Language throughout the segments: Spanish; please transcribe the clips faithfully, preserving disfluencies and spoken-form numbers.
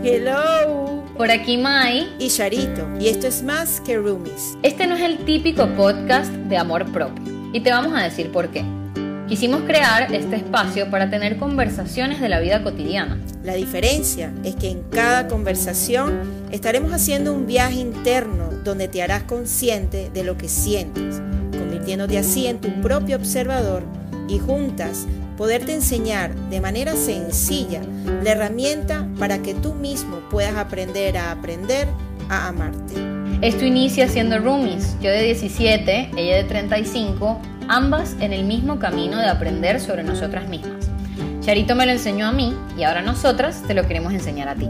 Hello. Por aquí Mai y Charito, y esto es Más que Roomies. Este no es el típico podcast de amor propio, y te vamos a decir por qué. Quisimos crear este espacio para tener conversaciones de la vida cotidiana. La diferencia es que en cada conversación estaremos haciendo un viaje interno donde te harás consciente de lo que sientes, convirtiéndote así en tu propio observador y juntas poderte enseñar de manera sencilla la herramienta para que tú mismo puedas aprender a aprender a amarte. Esto inicia siendo roomies, yo de diecisiete, ella de treinta y cinco, ambas en el mismo camino de aprender sobre nosotras mismas. Charito me lo enseñó a mí y ahora nosotras te lo queremos enseñar a ti.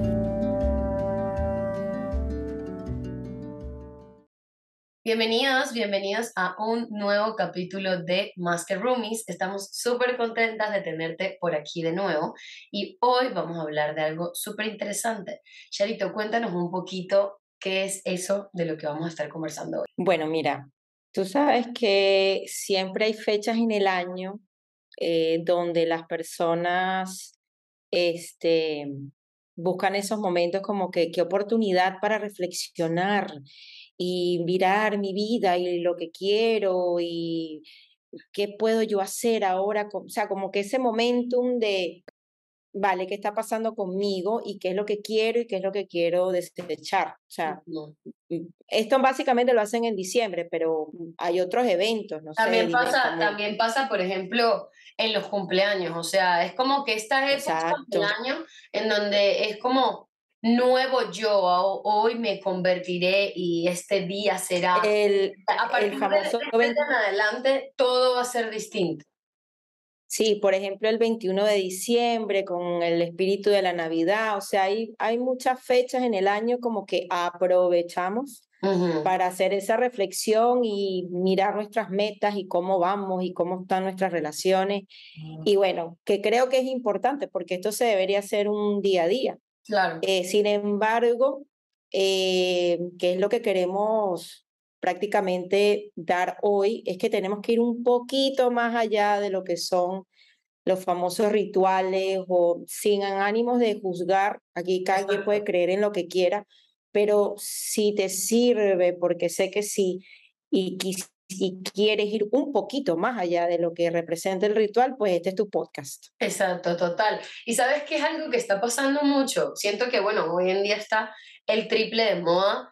Bienvenidos, bienvenidos a un nuevo capítulo de Más que Roomies. Estamos súper contentas de tenerte por aquí de nuevo y hoy vamos a hablar de algo súper interesante. Charito, cuéntanos un poquito qué es eso de lo que vamos a estar conversando hoy. Bueno, mira, tú sabes que siempre hay fechas en el año eh, donde las personas este, buscan esos momentos como que qué oportunidad para reflexionar y mirar mi vida y lo que quiero y qué puedo yo hacer ahora, o sea, como que ese momentum de, vale, ¿qué está pasando conmigo y qué es lo que quiero y qué es lo que quiero desechar? O sea, No. esto básicamente lo hacen en diciembre, pero hay otros eventos, no También sé. pasa, como... también pasa, por ejemplo, en los cumpleaños, o sea, es como que estas épocas del año en donde es como nuevo yo, hoy me convertiré y este día será, el, a partir el famoso de este en adelante todo va a ser distinto. Sí, por ejemplo, el veintiuno de diciembre con el espíritu de la Navidad, o sea, hay, hay muchas fechas en el año como que aprovechamos Uh-huh. para hacer esa reflexión y mirar nuestras metas y cómo vamos y cómo están nuestras relaciones. Uh-huh. Y bueno, que creo que es importante porque esto se debería hacer un día a día. Claro. Eh, sin embargo, eh, ¿qué es lo que queremos prácticamente dar hoy? Es que tenemos que ir un poquito más allá de lo que son los famosos rituales o sin ánimos de juzgar. Aquí cada quien puede creer en lo que quiera, pero si te sirve, porque sé que sí, y, y quieres ir un poquito más allá de lo que representa el ritual, pues este es tu podcast. Exacto, total. Y sabes que es algo que está pasando mucho. Siento que, bueno, hoy en día está el triple de moda.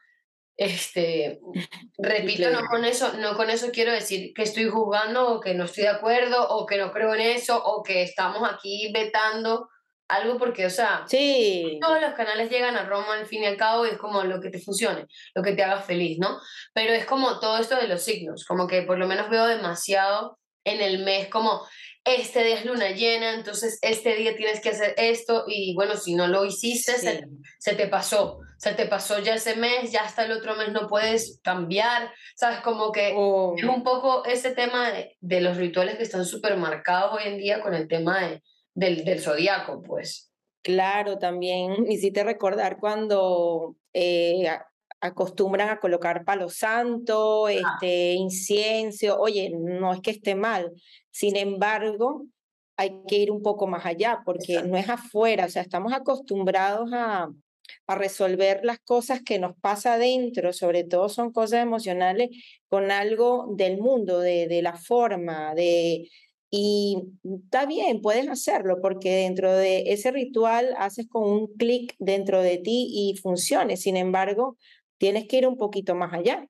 Este, repito, no con eso, no con eso quiero decir que estoy juzgando o que no estoy de acuerdo o que no creo en eso o que estamos aquí vetando algo porque, o sea, sí. Todos los canales llegan a Roma al fin y al cabo y es como lo que te funcione, lo que te haga feliz, ¿no? Pero es como todo esto de los signos, como que por lo menos veo demasiado en el mes como este día es luna llena, entonces este día tienes que hacer esto y bueno, si no lo hiciste, Sí. se, se te pasó, se te pasó ya ese mes, ya hasta el otro mes no puedes cambiar, ¿sabes? Como que Oh. es un poco ese tema de, de los rituales que están súper marcados hoy en día con el tema de, del, del zodiaco, pues. Claro, también me hiciste recordar cuando eh, a- acostumbran a colocar palo santo, este, incienso. Oye, no es que esté mal. Sin embargo, hay que ir un poco más allá porque Exacto. no es afuera. O sea, estamos acostumbrados a, a resolver las cosas que nos pasa adentro, sobre todo son cosas emocionales, con algo del mundo, de, de la forma, de y está bien, puedes hacerlo porque dentro de ese ritual haces con un clic dentro de ti y funcione. Sin embargo, tienes que ir un poquito más allá.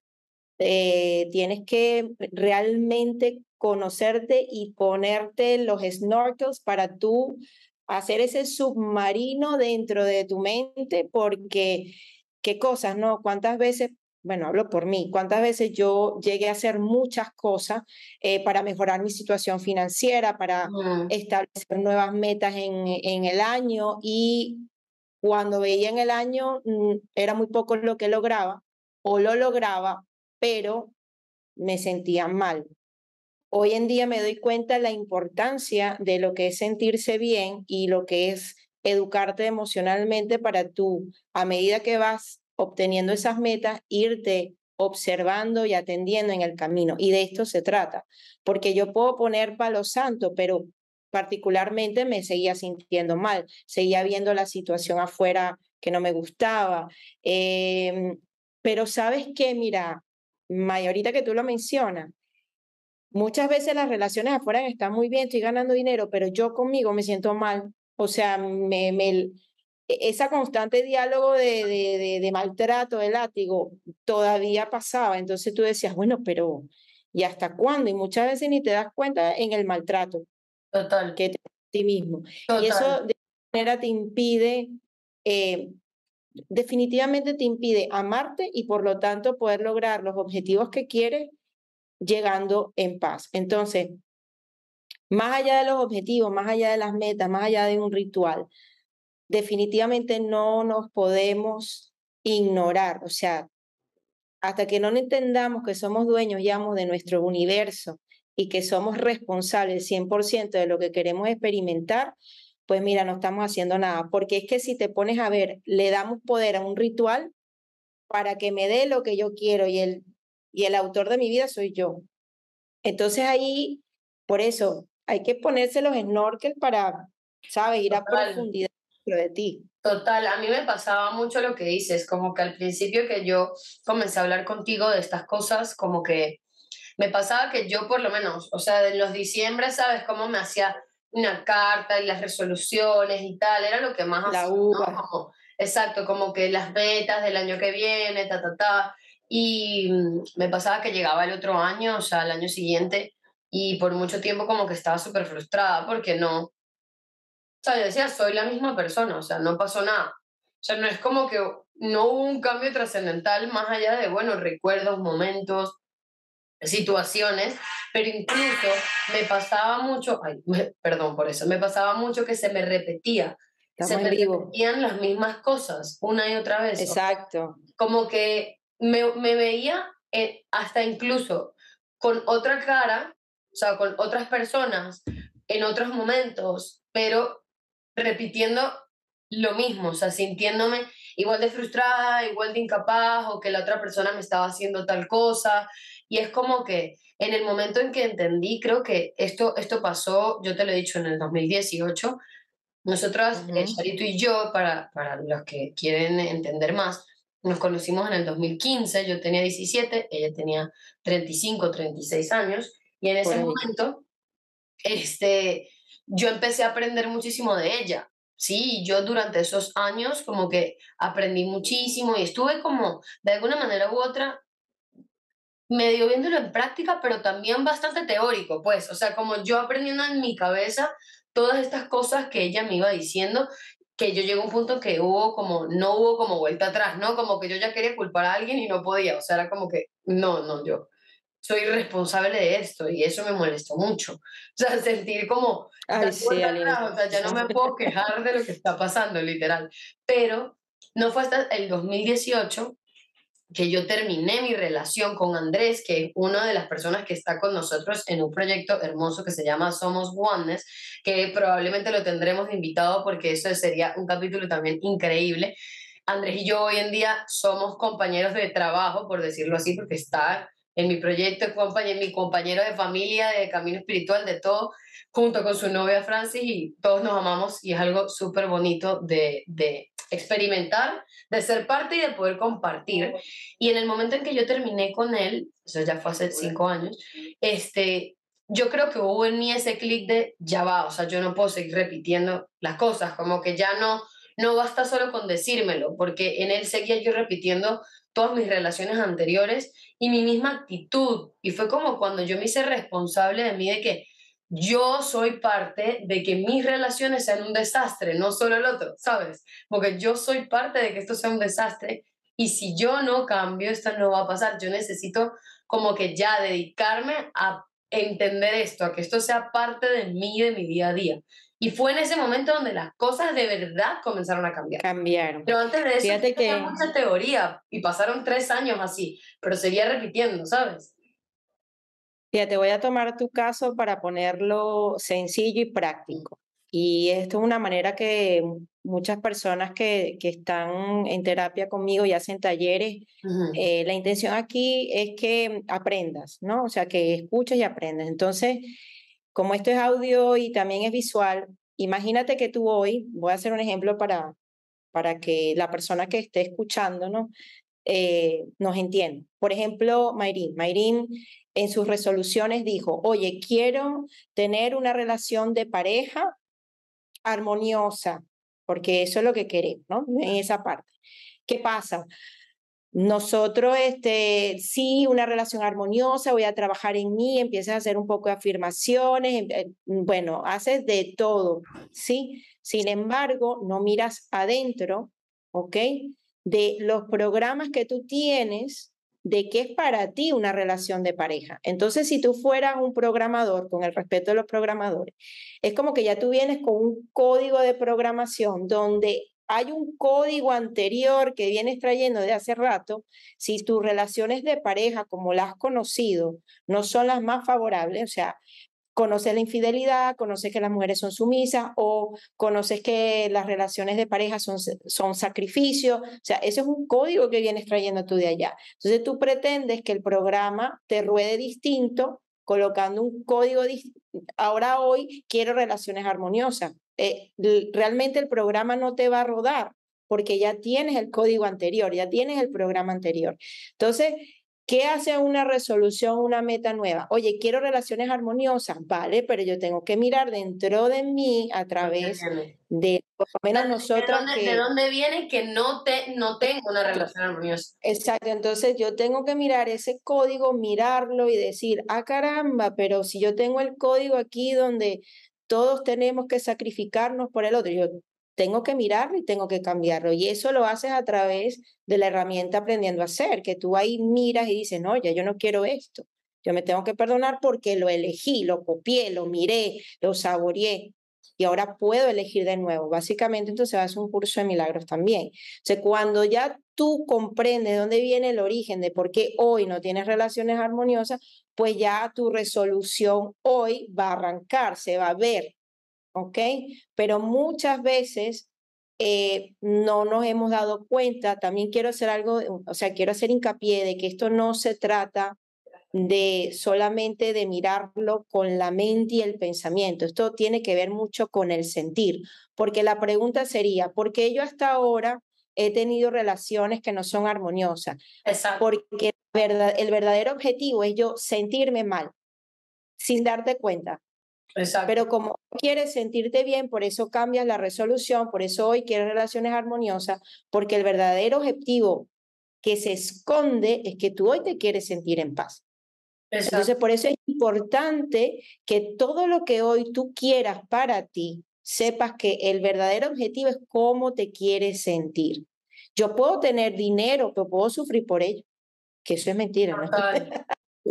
Eh, tienes que realmente conocerte y ponerte los snorkels para tú hacer ese submarino dentro de tu mente porque qué cosas, ¿no? ¿Cuántas veces, bueno, hablo por mí, cuántas veces yo llegué a hacer muchas cosas eh, para mejorar mi situación financiera, para Mm. establecer nuevas metas en, en el año y cuando veía en el año mm, era muy poco lo que lograba o lo lograba, pero me sentía mal. Hoy en día me doy cuenta la importancia de lo que es sentirse bien y lo que es educarte emocionalmente para tú, a medida que vas obteniendo esas metas, irte observando y atendiendo en el camino. Y de esto se trata, porque yo puedo poner palo santo, pero particularmente me seguía sintiendo mal, seguía viendo la situación afuera que no me gustaba. Eh, pero sabes qué, mira, mayorita que tú lo mencionas, muchas veces las relaciones afuera están muy bien, estoy ganando dinero, pero yo conmigo me siento mal. O sea, me, me, e- esa constante diálogo de, de, de, de maltrato, de látigo, todavía pasaba. Entonces tú decías, bueno, pero ¿y hasta cuándo? Y muchas veces ni te das cuenta en el maltrato Total, que te a ti mismo. Y eso total. de alguna manera te impide, eh, definitivamente te impide amarte y por lo tanto poder lograr los objetivos que quieres llegando en paz. Entonces, más allá de los objetivos, más allá de las metas, más allá de un ritual, definitivamente no nos podemos ignorar. O sea, hasta que no entendamos que somos dueños, digamos, de nuestro universo y que somos responsables cien por ciento de lo que queremos experimentar, pues mira, no estamos haciendo nada. Porque es que si te pones a ver, le damos poder a un ritual para que me dé lo que yo quiero y el, y el autor de mi vida soy yo. Entonces ahí, por eso, hay que ponerse los snorkel para, ¿sabes? Ir a Total. profundidad dentro de ti. Total, a mí me pasaba mucho lo que dices, como que al principio que yo comencé a hablar contigo de estas cosas, como que me pasaba que yo por lo menos, o sea, en los diciembre, ¿sabes? Cómo me hacía una carta y las resoluciones y tal, era lo que más La hacía, ¿no? uva, Como, exacto, como que las metas del año que viene, ta, ta, ta. Y mm, me pasaba que llegaba el otro año, o sea, el año siguiente, y por mucho tiempo como que estaba súper frustrada porque no, o sea, yo decía, soy la misma persona, o sea, no pasó nada. O sea, no es como que no hubo un cambio trascendental más allá de, bueno, recuerdos, momentos, situaciones, pero incluso me pasaba mucho, ay, me- perdón por eso, me pasaba mucho que se me repetía, se estamos en me vivo. repetían las mismas cosas una y otra vez. O sea, Exacto. como que me, me veía eh, hasta incluso con otra cara, o sea, con otras personas en otros momentos, pero repitiendo lo mismo, o sea, sintiéndome igual de frustrada, igual de incapaz, o que la otra persona me estaba haciendo tal cosa. Y es como que en el momento en que entendí, creo que esto, esto pasó, yo te lo he dicho, en el dos mil dieciocho, nosotras, eh, Ujú. Charito y yo, para, para los que quieren entender más, nos conocimos en el dos mil quince, yo tenía diecisiete, ella tenía treinta y cinco, treinta y seis años, y en Por ese ahí. momento este, yo empecé a aprender muchísimo de ella. Sí, yo durante esos años como que aprendí muchísimo y estuve como, de alguna manera u otra, medio viéndolo en práctica, pero también bastante teórico, pues, o sea, como yo aprendiendo en mi cabeza todas estas cosas que ella me iba diciendo, que yo llegué a un punto que hubo como, no hubo como vuelta atrás, ¿no? Como que yo ya quería culpar a alguien y no podía, o sea, era como que, no, no, yo soy responsable de esto y eso me molestó mucho. O sea, sentir como Ay, dar sí, vuelta Aline. atrás, o sea, ya no me puedo quejar de lo que está pasando, literal. Pero no fue hasta el dos mil dieciocho que yo terminé mi relación con Andrés, que es una de las personas que está con nosotros en un proyecto hermoso que se llama Somos Oneness, que probablemente lo tendremos de invitado porque eso sería un capítulo también increíble. Andrés y yo hoy en día somos compañeros de trabajo, por decirlo así, porque está en mi proyecto, es compañe- mi compañero de familia, de camino espiritual, de todo, junto con su novia Francis, y todos nos amamos y es algo súper bonito de, de experimentar, de ser parte y de poder compartir. Y en el momento en que yo terminé con él, eso ya fue hace cinco años, este, yo creo que hubo en mí ese clic de ya va, o sea, yo no puedo seguir repitiendo las cosas, como que ya no, no basta solo con decírmelo, porque en él seguía yo repitiendo todas mis relaciones anteriores y mi misma actitud. Y fue como cuando yo me hice responsable de mí, de que yo soy parte de que mis relaciones sean un desastre, no solo el otro, ¿sabes? Porque yo soy parte de que esto sea un desastre y si yo no cambio, esto no va a pasar. Yo necesito como que ya dedicarme a entender esto, a que esto sea parte de mí, de mi día a día. Y fue en ese momento donde las cosas de verdad comenzaron a cambiar. Cambiaron. Pero antes de eso yo Fíjate tenía que, mucha teoría y pasaron tres años así, pero seguía repitiendo, ¿sabes? fíjate, voy a tomar tu caso para ponerlo sencillo y práctico. Y esto es una manera que muchas personas que, que están en terapia conmigo y hacen talleres, Ujú. eh, la intención aquí es que aprendas, ¿no? O sea, que escuches y aprendas. Entonces, como esto es audio y también es visual, imagínate que tú hoy, voy a hacer un ejemplo para, para que la persona que esté escuchando, ¿no? Eh, nos entienda. Por ejemplo, Mayrín. Mayrín en sus resoluciones dijo, oye, quiero tener una relación de pareja armoniosa, porque eso es lo que queremos, ¿no? En esa parte. ¿Qué pasa? Nosotros, este, sí, una relación armoniosa, voy a trabajar en mí, empiezas a hacer un poco de afirmaciones, em, eh, bueno, haces de todo, ¿sí? Sin embargo, no miras adentro, ¿ok? De los programas que tú tienes, de qué es para ti una relación de pareja. Entonces, si tú fueras un programador, con el respeto de los programadores, es como que ya tú vienes con un código de programación donde hay un código anterior que vienes trayendo de hace rato. Si tus relaciones de pareja, como las has conocido, no son las más favorables, o sea, conoces la infidelidad, conoces que las mujeres son sumisas o conoces que las relaciones de pareja son, son sacrificios, o sea, eso es un código que vienes trayendo tú de allá. Entonces tú pretendes que el programa te ruede distinto, colocando un código, ahora hoy quiero relaciones armoniosas. Eh, realmente el programa no te va a rodar porque ya tienes el código anterior, ya tienes el programa anterior. Entonces, ¿qué hace una resolución, una meta nueva? Oye, quiero relaciones armoniosas, vale, pero yo tengo que mirar dentro de mí a través de, por lo menos nosotras ¿De dónde, que... ¿De dónde viene que no, te, no tengo una relación armoniosa? Exacto, entonces yo tengo que mirar ese código, mirarlo y decir, ah, caramba, pero si yo tengo el código aquí donde todos tenemos que sacrificarnos por el otro, yo tengo que mirarlo y tengo que cambiarlo. Y eso lo haces a través de la herramienta Aprendiendo a Ser, que tú ahí miras y dices, no, ya yo no quiero esto. Yo me tengo que perdonar porque lo elegí, lo copié, lo miré, lo saboreé. Y ahora puedo elegir de nuevo. Básicamente, entonces vas a un curso de milagros también. O sea, cuando ya tú comprendes de dónde viene el origen de por qué hoy no tienes relaciones armoniosas, pues ya tu resolución hoy va a arrancar, se va a ver. ¿Ok? Pero muchas veces eh, no nos hemos dado cuenta. También quiero hacer algo, o sea, quiero hacer hincapié de que esto no se trata de solamente de mirarlo con la mente y el pensamiento. Esto tiene que ver mucho con el sentir, porque la pregunta sería, ¿por qué yo hasta ahora he tenido relaciones que no son armoniosas? Exacto. Porque verdad, el verdadero objetivo es yo sentirme mal, sin darte cuenta. Exacto. Pero como quieres sentirte bien, por eso cambias la resolución, por eso hoy quieres relaciones armoniosas, porque el verdadero objetivo que se esconde es que tú hoy te quieres sentir en paz. Exacto. Entonces, por eso es importante que todo lo que hoy tú quieras para ti, sepas que el verdadero objetivo es cómo te quieres sentir. Yo puedo tener dinero, pero puedo sufrir por ello, que eso es mentira, ¿no? Total.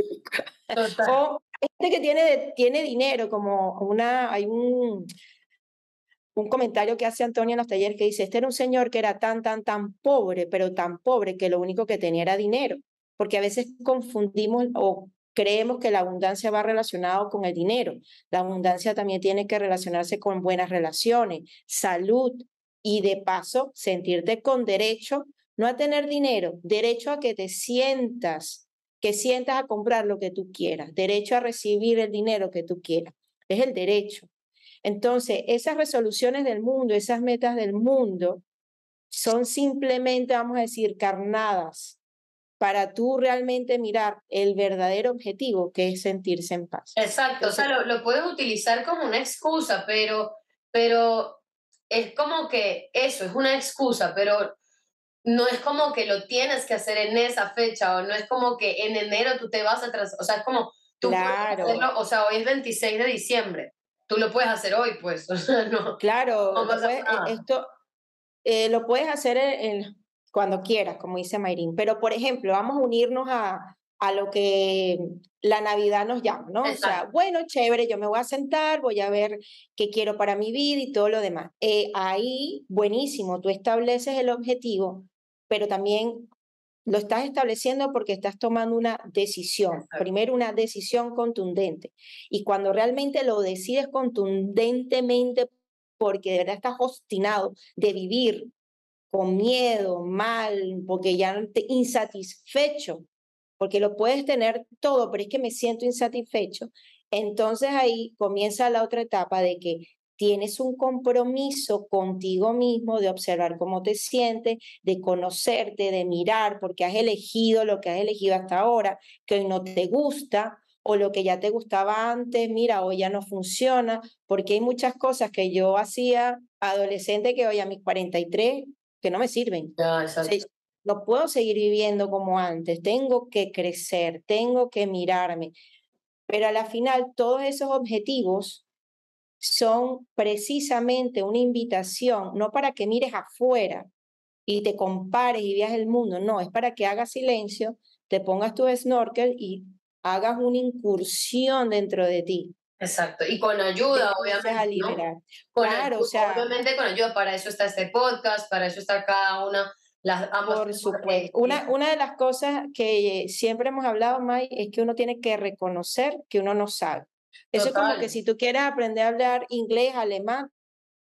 Total. O gente que tiene, tiene dinero, como una, hay un, un comentario que hace Antonio en los talleres que dice, este era un señor que era tan, tan, tan pobre, pero tan pobre que lo único que tenía era dinero, porque a veces confundimos o creemos que la abundancia va relacionado con el dinero. La abundancia también tiene que relacionarse con buenas relaciones, salud y de paso sentirte con derecho, no a tener dinero, derecho a que te sientas que sientas a comprar lo que tú quieras, derecho a recibir el dinero que tú quieras. Es el derecho. Entonces, esas resoluciones del mundo, esas metas del mundo, son simplemente, vamos a decir, carnadas para tú realmente mirar el verdadero objetivo, que es sentirse en paz. Exacto, Entonces, o sea, lo, lo puedes utilizar como una excusa, pero, pero es como que eso, es una excusa, pero no es como que lo tienes que hacer en esa fecha, o no es como que en enero tú te vas a tras, o sea, es como tú claro. puedes hacerlo, o sea, hoy es veintiséis de diciembre, tú lo puedes hacer hoy, pues, o sea, no. Claro, no pasa puedes, nada. esto eh, lo puedes hacer en, en, cuando quieras, como dice Mayrín, pero por ejemplo, vamos a unirnos a, a lo que la Navidad nos llama, ¿no? Exacto. O sea, bueno, chévere, yo me voy a sentar, voy a ver qué quiero para mi vida y todo lo demás. Eh, ahí, buenísimo, tú estableces el objetivo, pero también lo estás estableciendo porque estás tomando una decisión. Exacto. Primero, una decisión contundente. Y cuando realmente lo decides contundentemente, porque de verdad estás obstinado de vivir con miedo, mal, porque ya no te insatisfecho, porque lo puedes tener todo, pero es que me siento insatisfecho. Entonces ahí comienza la otra etapa de que tienes un compromiso contigo mismo de observar cómo te sientes, de conocerte, de mirar, porque has elegido lo que has elegido hasta ahora, que hoy no te gusta, o lo que ya te gustaba antes, mira, hoy ya no funciona, porque hay muchas cosas que yo hacía adolescente que hoy a mis cuarenta y tres que no me sirven. Ya, O sea, exacto. no puedo seguir viviendo como antes, tengo que crecer, tengo que mirarme, pero a la final todos esos objetivos son precisamente una invitación, no para que mires afuera y te compares y veas el mundo, no, es para que hagas silencio, te pongas tu snorkel y hagas una incursión dentro de ti, Exacto, y con te ayuda, empieces a obviamente, ¿no? liberar. Con Claro, o ayuda, sea, obviamente con ayuda, para eso está este podcast, para eso está cada una, las ambas por personas que, supuesto. que- Una, una de las cosas que siempre hemos hablado, May, es que uno tiene que reconocer que uno no sabe. Eso es como que total, si tú quieres aprender a hablar inglés, alemán,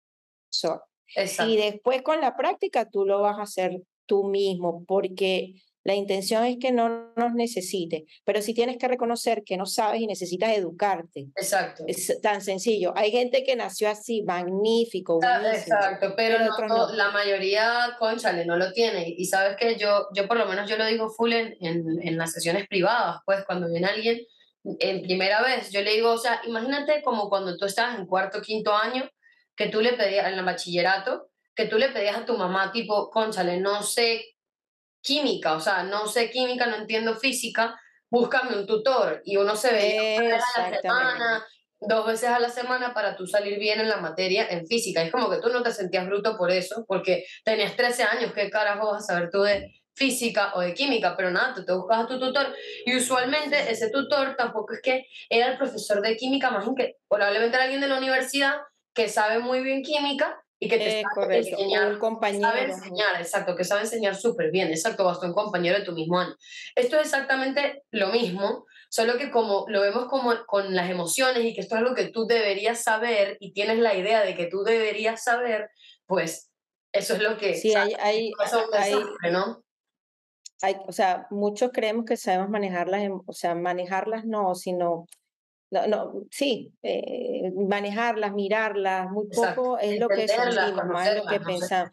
so- y exacto, después con la práctica tú lo vas a hacer tú mismo, porque la intención es que no nos necesites, pero sí tienes que reconocer que no sabes y necesitas educarte. exacto. Es tan sencillo. Hay gente que nació así, magnífico, Sa- buenísimo, Exacto, pero pero no otros to- no. la mayoría, cónchale, no lo tiene. Y sabes que yo, yo por lo menos yo lo digo full en, en, en las sesiones privadas, pues cuando viene alguien en primera vez, yo le digo, o sea, imagínate como cuando tú estabas en cuarto, quinto año, que tú le pedías, en el bachillerato, que tú le pedías a tu mamá, tipo, cónchale, no sé química, o sea, no sé química, no entiendo física, búscame un tutor. Y uno se veía una vez a la Exactamente. semana, dos veces a la semana para tú salir bien en la materia en física. Es como que tú no te sentías bruto por eso, porque tenías trece años, ¿qué carajo vas a saber tú de física o de química? Pero nada, tú te buscas a tu tutor y usualmente ese tutor tampoco es que era el profesor de química, más bien que probablemente era alguien de la universidad que sabe muy bien química y que te Es sabe correcto. O enseñar, un que sabe compañero. enseñar, exacto, que sabe enseñar súper bien, exacto, bastón compañero de tu mismo año. Esto es exactamente lo mismo, solo que como lo vemos como con las emociones y que esto es algo que tú deberías saber y tienes la idea de que tú deberías saber, pues eso es lo que, Sí, hay, ¿sabes? hay, Es un hay, desastre, ¿no? hay, o sea, muchos creemos que sabemos manejarlas, em- o sea, manejarlas no, sino, no, no, sí, eh, manejarlas, mirarlas, muy Exacto, poco es lo que entenderlas, sentimos, más es lo que conocerlas, no sé. pensamos.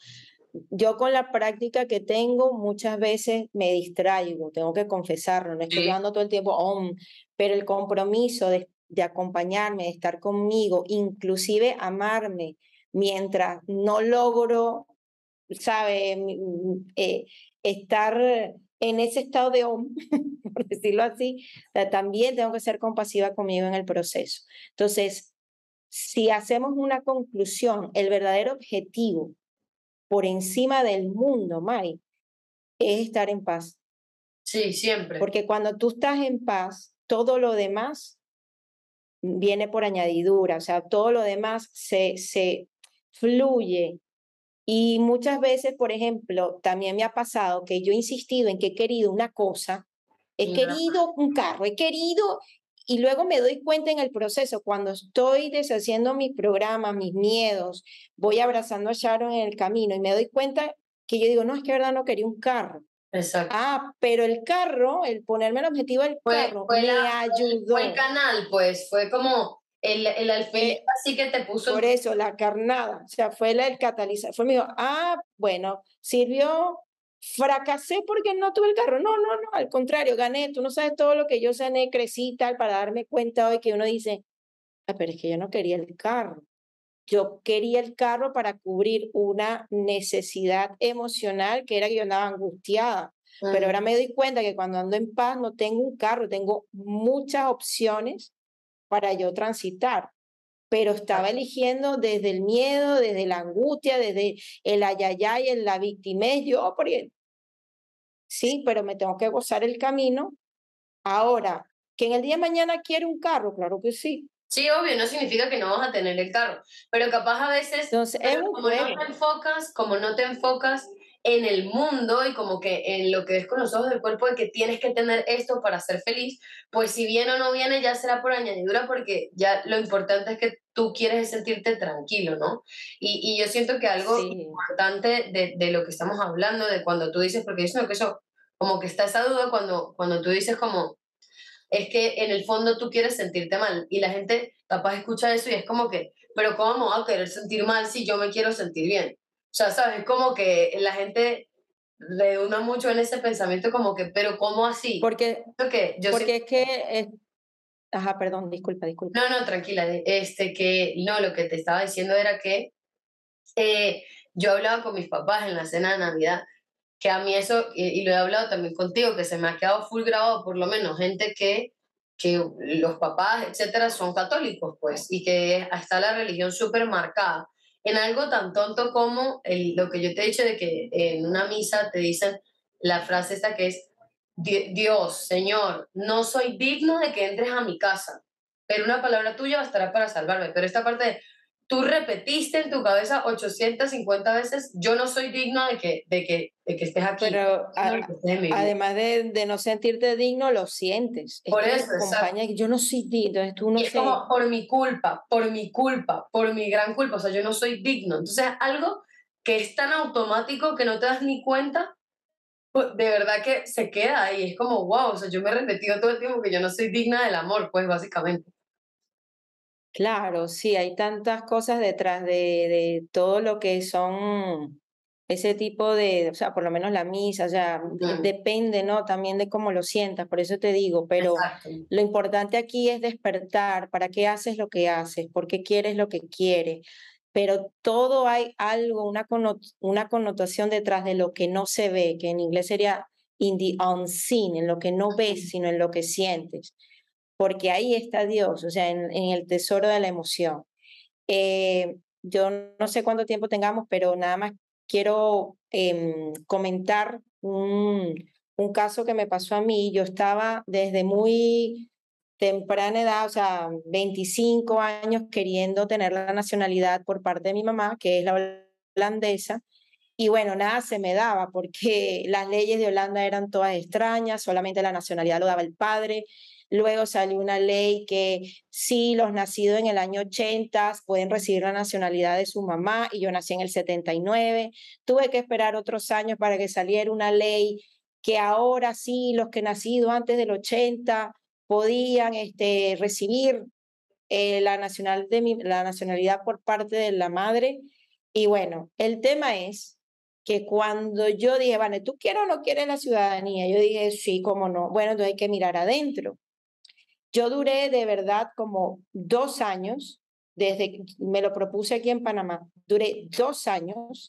Yo con la práctica que tengo muchas veces me distraigo, tengo que confesarlo, no es que yo Sí, ando todo el tiempo, "Om", pero el compromiso de, de acompañarme, de estar conmigo, inclusive amarme, mientras no logro, ¿sabe? Mi- mi- eh, estar en ese estado de Om, por decirlo así, o sea, también tengo que ser compasiva conmigo en el proceso. Entonces, si hacemos una conclusión, el verdadero objetivo por encima del mundo, Mari, es estar en paz. sí, siempre. Porque cuando tú estás en paz, todo lo demás viene por añadidura, o sea, todo lo demás se, se fluye. Y muchas veces, por ejemplo, también me ha pasado que yo he insistido en que he querido una cosa, he Y nada, querido un carro, he querido, y luego me doy cuenta en el proceso, cuando estoy deshaciendo mis programas, mis miedos, voy abrazando a Sharon en el camino y me doy cuenta que yo digo, no, es que de verdad no quería un carro. exacto. Ah, pero el carro, el ponerme el objetivo del Fue, carro, fue, la, me fue, el, fue el ayudó. canal, pues, fue como el, el alfilito Fue así que te puso en por tu... eso, la carnada, o sea, fue la, el catalizador. Fue, me dijo, ah, bueno, sirvió, fracasé porque no tuve el carro. No, no, no, al contrario, gané. Tú no sabes todo lo que yo sané, crecí y tal, para darme cuenta hoy que uno dice, ah, pero es que yo no quería el carro. Yo quería el carro para cubrir una necesidad emocional que era que yo andaba angustiada. Pero Mm, ahora me doy cuenta que cuando ando en paz no tengo un carro, tengo muchas opciones para yo transitar, pero estaba exacto. eligiendo desde el miedo, desde la angustia, desde el ayayay, el la victimez, yo, porque sí, pero me tengo que gozar el camino. Ahora, que en el día de mañana quiere un carro, claro que sí. Sí, obvio, no significa que no vas a tener el carro, pero capaz a veces, Entonces, es pero un como no juego. te enfocas, como no te enfocas en el mundo y como que en lo que ves con los ojos del cuerpo de que tienes que tener esto para ser feliz, pues si viene o no viene ya será por añadidura porque ya lo importante es que tú quieres es sentirte tranquilo, ¿no? Y, y yo siento que algo Sí, importante de, de lo que estamos hablando, de cuando tú dices, porque yo siento que eso, como que está esa duda cuando, cuando tú dices como es que en el fondo tú quieres sentirte mal y la gente capaz escucha eso y es como que, pero ¿cómo me voy a querer sentir mal si yo me quiero sentir bien? O sea, ¿sabes? Es como que la gente redunda mucho en ese pensamiento como que, pero ¿cómo así? Porque, Siento que yo porque siento es que, es- ajá, perdón, disculpa, disculpa. no, no, tranquila, de- este que no, lo que te estaba diciendo era que eh, yo hablaba con mis papás en la cena de Navidad, que a mí eso, y, y lo he hablado también contigo, que se me ha quedado full grabado, por lo menos gente que, que los papás, etcétera, son católicos, pues, y que está la religión súper marcada en algo tan tonto como el, lo que yo te he dicho de que en una misa te dicen la frase esta que es, "Di- Dios, Señor, no soy digno de que entres a mi casa, pero una palabra tuya bastará para salvarme", pero esta parte de tú repetiste en tu cabeza ochocientas cincuenta veces, yo no soy digno de que, de que, de que estés aquí, Pero no a- de que estés en mi vida. además de, de no sentirte digno, lo sientes. Es Por que me eso, exacto. acompaña, yo no soy digno, entonces tú Y no es sé. como por mi culpa, por mi culpa, por mi gran culpa, o sea, yo no soy digno. Entonces, algo que es tan automático que no te das ni cuenta, pues, de verdad que se queda ahí. Es como, wow, o sea, yo me he repetido todo el tiempo que yo no soy digna del amor, pues básicamente. Claro, sí, hay tantas cosas detrás de, de todo lo que son ese tipo de, o sea, por lo menos la misa, o sea, de- Mm, depende, ¿no? También de cómo lo sientas, por eso te digo, pero exacto. lo importante aquí es despertar, ¿para qué haces lo que haces? ¿Por qué quieres lo que quieres? Pero todo hay algo, una, conno- una connotación detrás de lo que no se ve, que en inglés sería in the unseen, en lo que no ves, sino en lo que sientes, porque ahí está Dios, o sea, en, en el tesoro de la emoción. Eh, yo no sé cuánto tiempo tengamos, pero nada más quiero em, comentar un, un caso que me pasó a mí. Yo estaba desde muy temprana edad, o sea, veinticinco años, queriendo tener la nacionalidad por parte de mi mamá, que es la holandesa. Y bueno, nada se me daba porque las leyes de Holanda eran todas extrañas, solamente la nacionalidad lo daba el padre. Luego salió una ley que sí, los nacidos en el año ochenta pueden recibir la nacionalidad de su mamá y yo nací en el setenta y nueve. Tuve que esperar otros años para que saliera una ley que ahora sí, los que nacidos antes del ochenta podían este, recibir eh, la, nacional de mi, la nacionalidad por parte de la madre. Y bueno, el tema es que cuando yo dije, vale, ¿tú quieres o no quieres la ciudadanía? Yo dije, sí, cómo no. Bueno, entonces hay que mirar adentro. Yo duré de verdad como dos años, desde que me lo propuse aquí en Panamá, duré dos años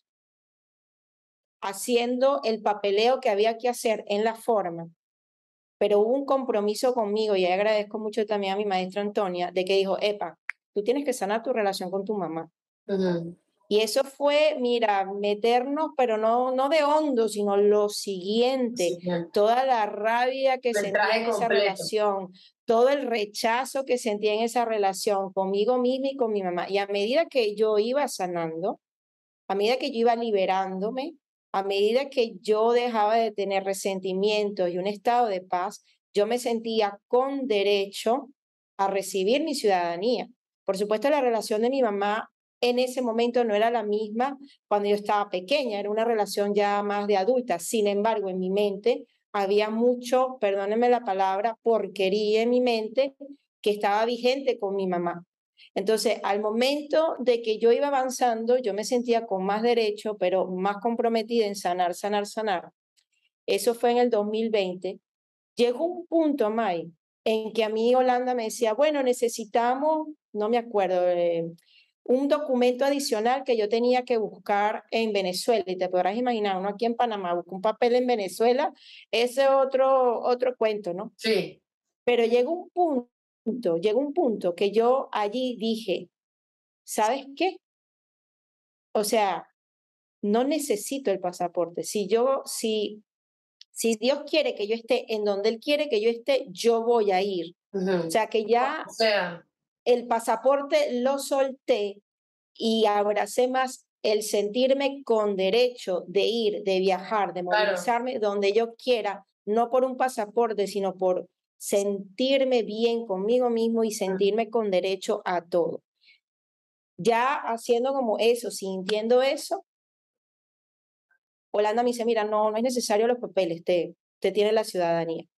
haciendo el papeleo que había que hacer en la forma, pero hubo un compromiso conmigo y agradezco mucho también a mi maestra Antonia, de que dijo, epa, tú tienes que sanar tu relación con tu mamá. Ujú. Y eso fue, mira, meternos, pero no, no de hondo, sino lo siguiente, Siguiente. toda la rabia que El sentía traje en esa completo. relación, todo el rechazo que sentía en esa relación conmigo misma y con mi mamá. Y a medida que yo iba sanando, a medida que yo iba liberándome, a medida que yo dejaba de tener resentimientos y un estado de paz, yo me sentía con derecho a recibir mi ciudadanía. Por supuesto, la relación de mi mamá en ese momento no era la misma cuando yo estaba pequeña, era una relación ya más de adulta. Sin embargo, en mi mente había mucho, perdónenme la palabra, porquería en mi mente que estaba vigente con mi mamá. Entonces, al momento de que yo iba avanzando, yo me sentía con más derecho, pero más comprometida en sanar, sanar, sanar. Eso fue en el dos mil veinte. Llegó un punto, May, en que a mí Holanda me decía, bueno, necesitamos, no me acuerdo, eh, un documento adicional que yo tenía que buscar en Venezuela. Y te podrás imaginar, uno aquí en Panamá busca un papel en Venezuela, ese es otro, otro cuento, ¿no? Sí, Pero llegó un punto, llegó un punto que yo allí dije, ¿sabes qué? O sea, no necesito el pasaporte. Si yo, si, si Dios quiere que yo esté en donde Él quiere que yo esté, yo voy a ir. O ujú. sea, que ya O sea, el pasaporte lo solté y abracé más el sentirme con derecho de ir, de viajar, de claro, movilizarme donde yo quiera, no por un pasaporte, sino por sentirme bien conmigo mismo y sentirme con derecho a todo. Ya haciendo como eso, sintiendo eso, Holanda me dice, mira, no, no es necesario los papeles, te, te tiene la ciudadanía.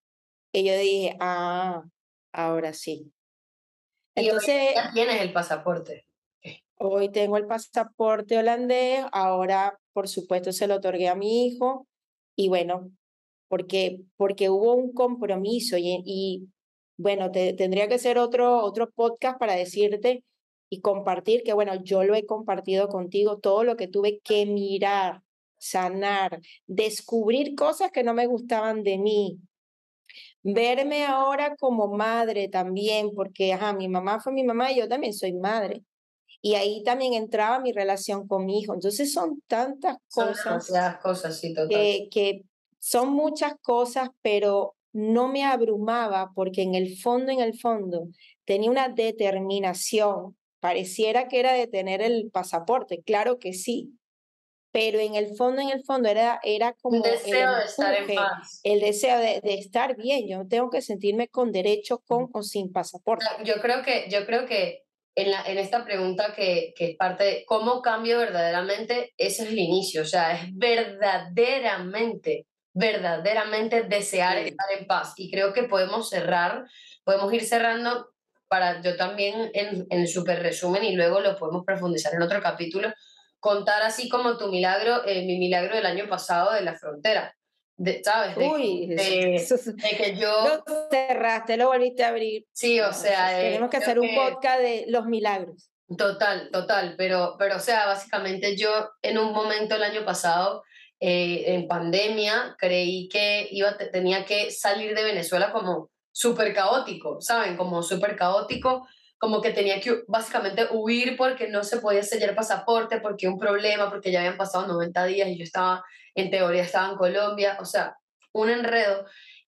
Y yo dije, ah, ahora sí. Y hoy Entonces, ya tienes el pasaporte. hoy tengo el pasaporte holandés, ahora, por supuesto, se lo otorgué a mi hijo y bueno, porque, porque hubo un compromiso y, y bueno, te, tendría que ser otro, otro podcast para decirte y compartir que, bueno, yo lo he compartido contigo, todo lo que tuve que mirar, sanar, descubrir cosas que no me gustaban de mí, verme ahora como madre también, porque, ajá, mi mamá fue mi mamá y yo también soy madre. Y ahí también entraba mi relación con mi hijo. Entonces son tantas Son cosas demasiadas cosas, sí, total. que, que son muchas cosas, pero no me abrumaba porque en el fondo, en el fondo, tenía una determinación. Pareciera que era de tener el pasaporte, claro que sí, pero en el fondo, en el fondo era, era Un como el deseo de estar en empuje, paz. el deseo de, de estar bien. Yo tengo que sentirme con derecho, con o sin pasaporte. Yo creo que, yo creo que en, la, en esta pregunta que, que es parte de cómo cambio verdaderamente, ese es el inicio, o sea, es verdaderamente, verdaderamente desear Sí. estar en paz. Y creo que podemos cerrar, podemos ir cerrando para yo también en, en súper resumen y luego lo podemos profundizar en otro capítulo, contar así como tu milagro, eh, mi milagro del año pasado de la frontera, de, ¿sabes? De, Uy, eso, de, eso es- de que lo yo, cerraste, lo volviste a abrir. sí, o No, eso es- sea, eh, tenemos que creo hacer un que podcast de los milagros. total, total, pero, pero o sea, básicamente yo en un momento el año pasado, eh, en pandemia, creí que iba, te- tenía que salir de Venezuela como súper caótico, ¿saben? Como súper caótico, como que tenía que básicamente huir porque no se podía sellar pasaporte, porque un problema, porque ya habían pasado noventa días y yo estaba, en teoría estaba en Colombia, o sea, un enredo.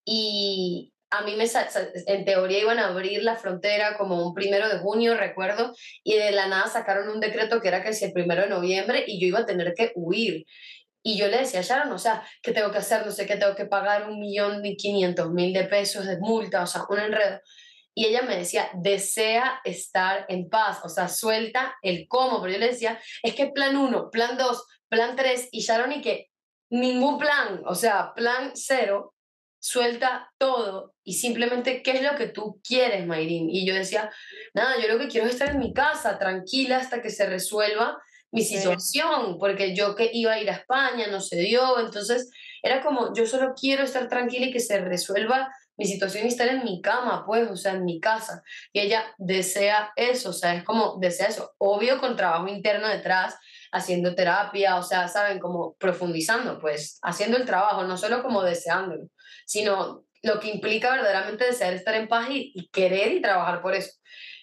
Y a mí me, sa- sa- en teoría iban a abrir la frontera como un primero de junio, recuerdo, y de la nada sacaron un decreto que era que si el primero de noviembre y yo iba a tener que huir. Y yo le decía a Sharon, o sea, ¿qué tengo que hacer? No sé qué, tengo que pagar un millón y quinientos mil de pesos de multa, o sea, un enredo. Y ella me decía, desea estar en paz, o sea, suelta el cómo. Pero yo le decía, es que plan uno, plan dos, plan tres, y Sharon y que ningún plan, o sea, plan cero, suelta todo y simplemente, ¿qué es lo que tú quieres, Mayrin? Y yo decía, nada, yo lo que quiero es estar en mi casa, tranquila, hasta que se resuelva mi Sí, situación, porque yo que iba a ir a España no se dio, entonces era como, yo solo quiero estar tranquila y que se resuelva mi situación y estar en mi cama, pues, o sea, en mi casa. Y ella desea eso, o sea, es como, desea eso, obvio con trabajo interno detrás, haciendo terapia, o sea, saben, como profundizando, pues, haciendo el trabajo, no solo como deseándolo, sino lo que implica verdaderamente desear estar en paz y, y querer y trabajar por eso.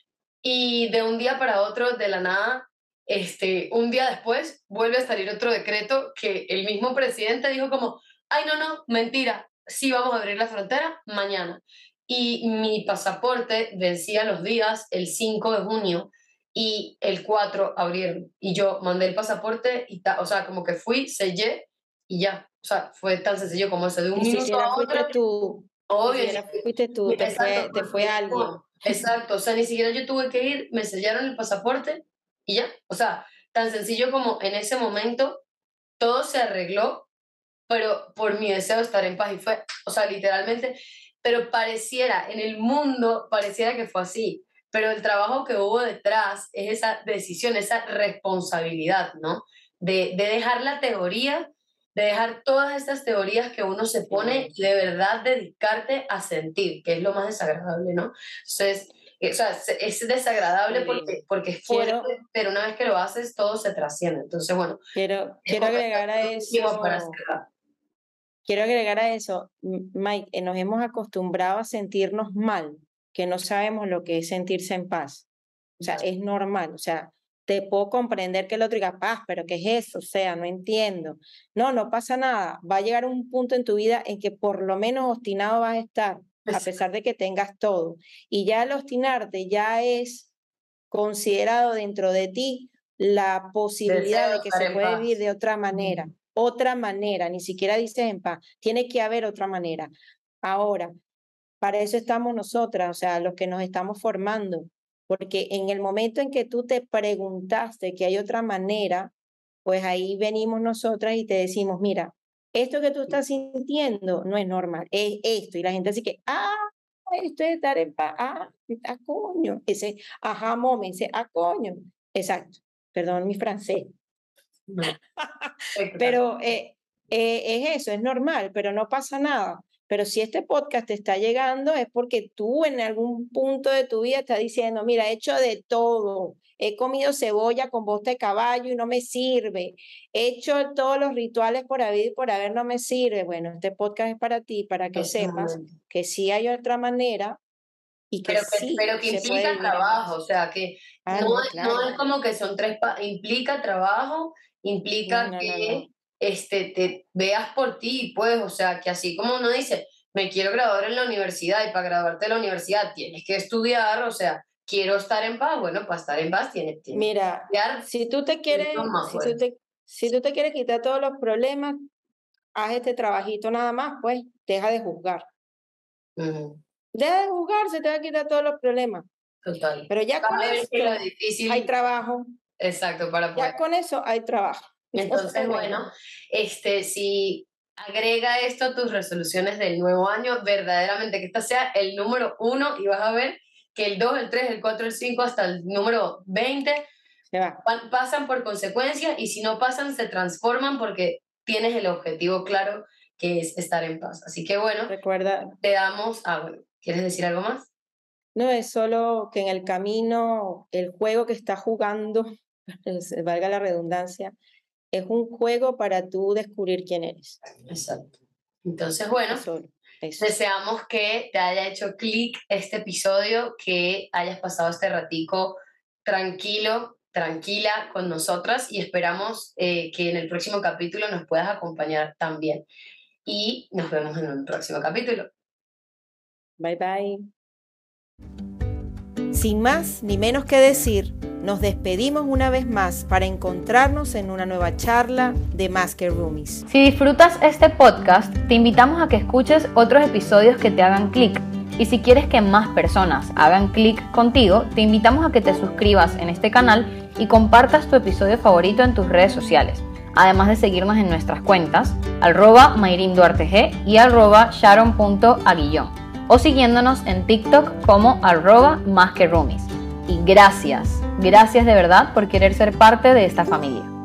Y de un día para otro, de la nada, este, un día después, vuelve a salir otro decreto que el mismo presidente dijo como, ay, no, no, mentira, sí vamos a abrir la frontera mañana. Y mi pasaporte vencía los días el cinco de junio y el cuatro abrieron. Y yo mandé el pasaporte y, ta, o sea, como que fui, sellé y ya. O sea, fue tan sencillo como eso, de un ni minuto siquiera a otro. fuiste tú, ni Obvio, siquiera fuiste tú, te exacto, fue, te fue porque alguien. no, exacto, o sea, ni siquiera yo tuve que ir, me sellaron el pasaporte y ya, o sea, tan sencillo como en ese momento todo se arregló, pero por mi deseo de estar en paz y fue, o sea, literalmente, pero pareciera, en el mundo pareciera que fue así, pero el trabajo que hubo detrás es esa decisión, esa responsabilidad, ¿no? De, de dejar la teoría, de dejar todas estas teorías que uno se pone Sí, y de verdad dedicarte a sentir, que es lo más desagradable, ¿no? Entonces, eh, o sea, se- es desagradable sí. porque, porque es fuerte, Quiero, pero una vez que lo haces, todo se trasciende. Entonces, bueno, quiero, quiero dejo agregar a esto último para eso, cerrar. quiero agregar a eso, M- Mike, eh, nos hemos acostumbrado a sentirnos mal, que no sabemos lo que es sentirse en paz. O sea, es normal, o sea, te puedo comprender que el otro diga paz, pero ¿qué es eso? O sea, no entiendo. No, no pasa nada. Va a llegar un punto en tu vida en que por lo menos obstinado vas a estar, a pesar de que tengas todo. Y ya el obstinarte ya es considerado dentro de ti la posibilidad Deseo de que estar se en puede vivir paz. de otra manera, otra manera, ni siquiera dices en paz, tiene que haber otra manera. Ahora, para eso estamos nosotras, o sea, los que nos estamos formando, porque en el momento en que tú te preguntaste que hay otra manera, pues ahí venimos nosotras y te decimos, mira, esto que tú estás sintiendo no es normal, es esto. Y la gente así que, ah, esto es estar en paz, ah, ah, coño. Ese, ajá, moment, ese, ah, coño. Exacto, perdón mi francés. No. Pero eh, eh, es eso, es normal, pero no pasa nada. Pero si este podcast te está llegando es porque tú en algún punto de tu vida estás diciendo, mira, he hecho de todo, he comido cebolla con bosta de caballo y no me sirve, he hecho todos los rituales por haber y por haber, no me sirve. Bueno, este podcast es para ti, para que sepas que sí hay otra manera y que pero que, sí pero que se puede implica vivir en trabajo, paz. o sea, que Ah, no, no, es- claro. no es como que son tres, pa- implica trabajo, implica No, no, no, que no. este, te veas por ti, pues, o sea, que así como uno dice, me quiero graduar en la universidad y para graduarte de la universidad tienes que estudiar, o sea, quiero estar en paz, bueno, para estar en paz tienes, tienes que Mira, estudiar, si tú te quieres, más si tú te, si tú te quieres quitar todos los problemas, haz este trabajito nada más, pues, deja de juzgar. Ujú, Deja de juzgar, se te va a quitar todos los problemas. total. Pero ya Vas con a ver que lo esto difícil, hay trabajo. exacto, para poder. Ya con eso hay trabajo. Entonces, bueno, este, si agrega esto a tus resoluciones del nuevo año, verdaderamente que esta sea el número uno y vas a ver que el dos, el tres, el cuatro, el cinco hasta el número veinte Se va. pa- pasan por consecuencia y si no pasan se transforman porque tienes el objetivo claro que es estar en paz. Así que bueno, Recuerda, te damos, ah, bueno, ¿quieres decir algo más? no es solo que en el camino el juego que estás jugando, valga la redundancia, es un juego para tú descubrir quién eres. Exacto. Entonces, bueno. Es solo eso. Deseamos que te haya hecho clic este episodio, que hayas pasado este ratico tranquilo, tranquila con nosotras y esperamos eh, que en el próximo capítulo nos puedas acompañar también. Y nos vemos en un próximo capítulo. Bye bye. Sin más ni menos que decir, nos despedimos una vez más para encontrarnos en una nueva charla de Más que Roomies. Si disfrutas este podcast, te invitamos a que escuches otros episodios que te hagan clic. Y si quieres que más personas hagan clic contigo, te invitamos a que te suscribas en este canal y compartas tu episodio favorito en tus redes sociales. Además de seguirnos en nuestras cuentas, arroba mayrinduarteg y arroba sharon.aguillón. O siguiéndonos en TikTok como arroba más que roomies. Y gracias, gracias de verdad por querer ser parte de esta familia.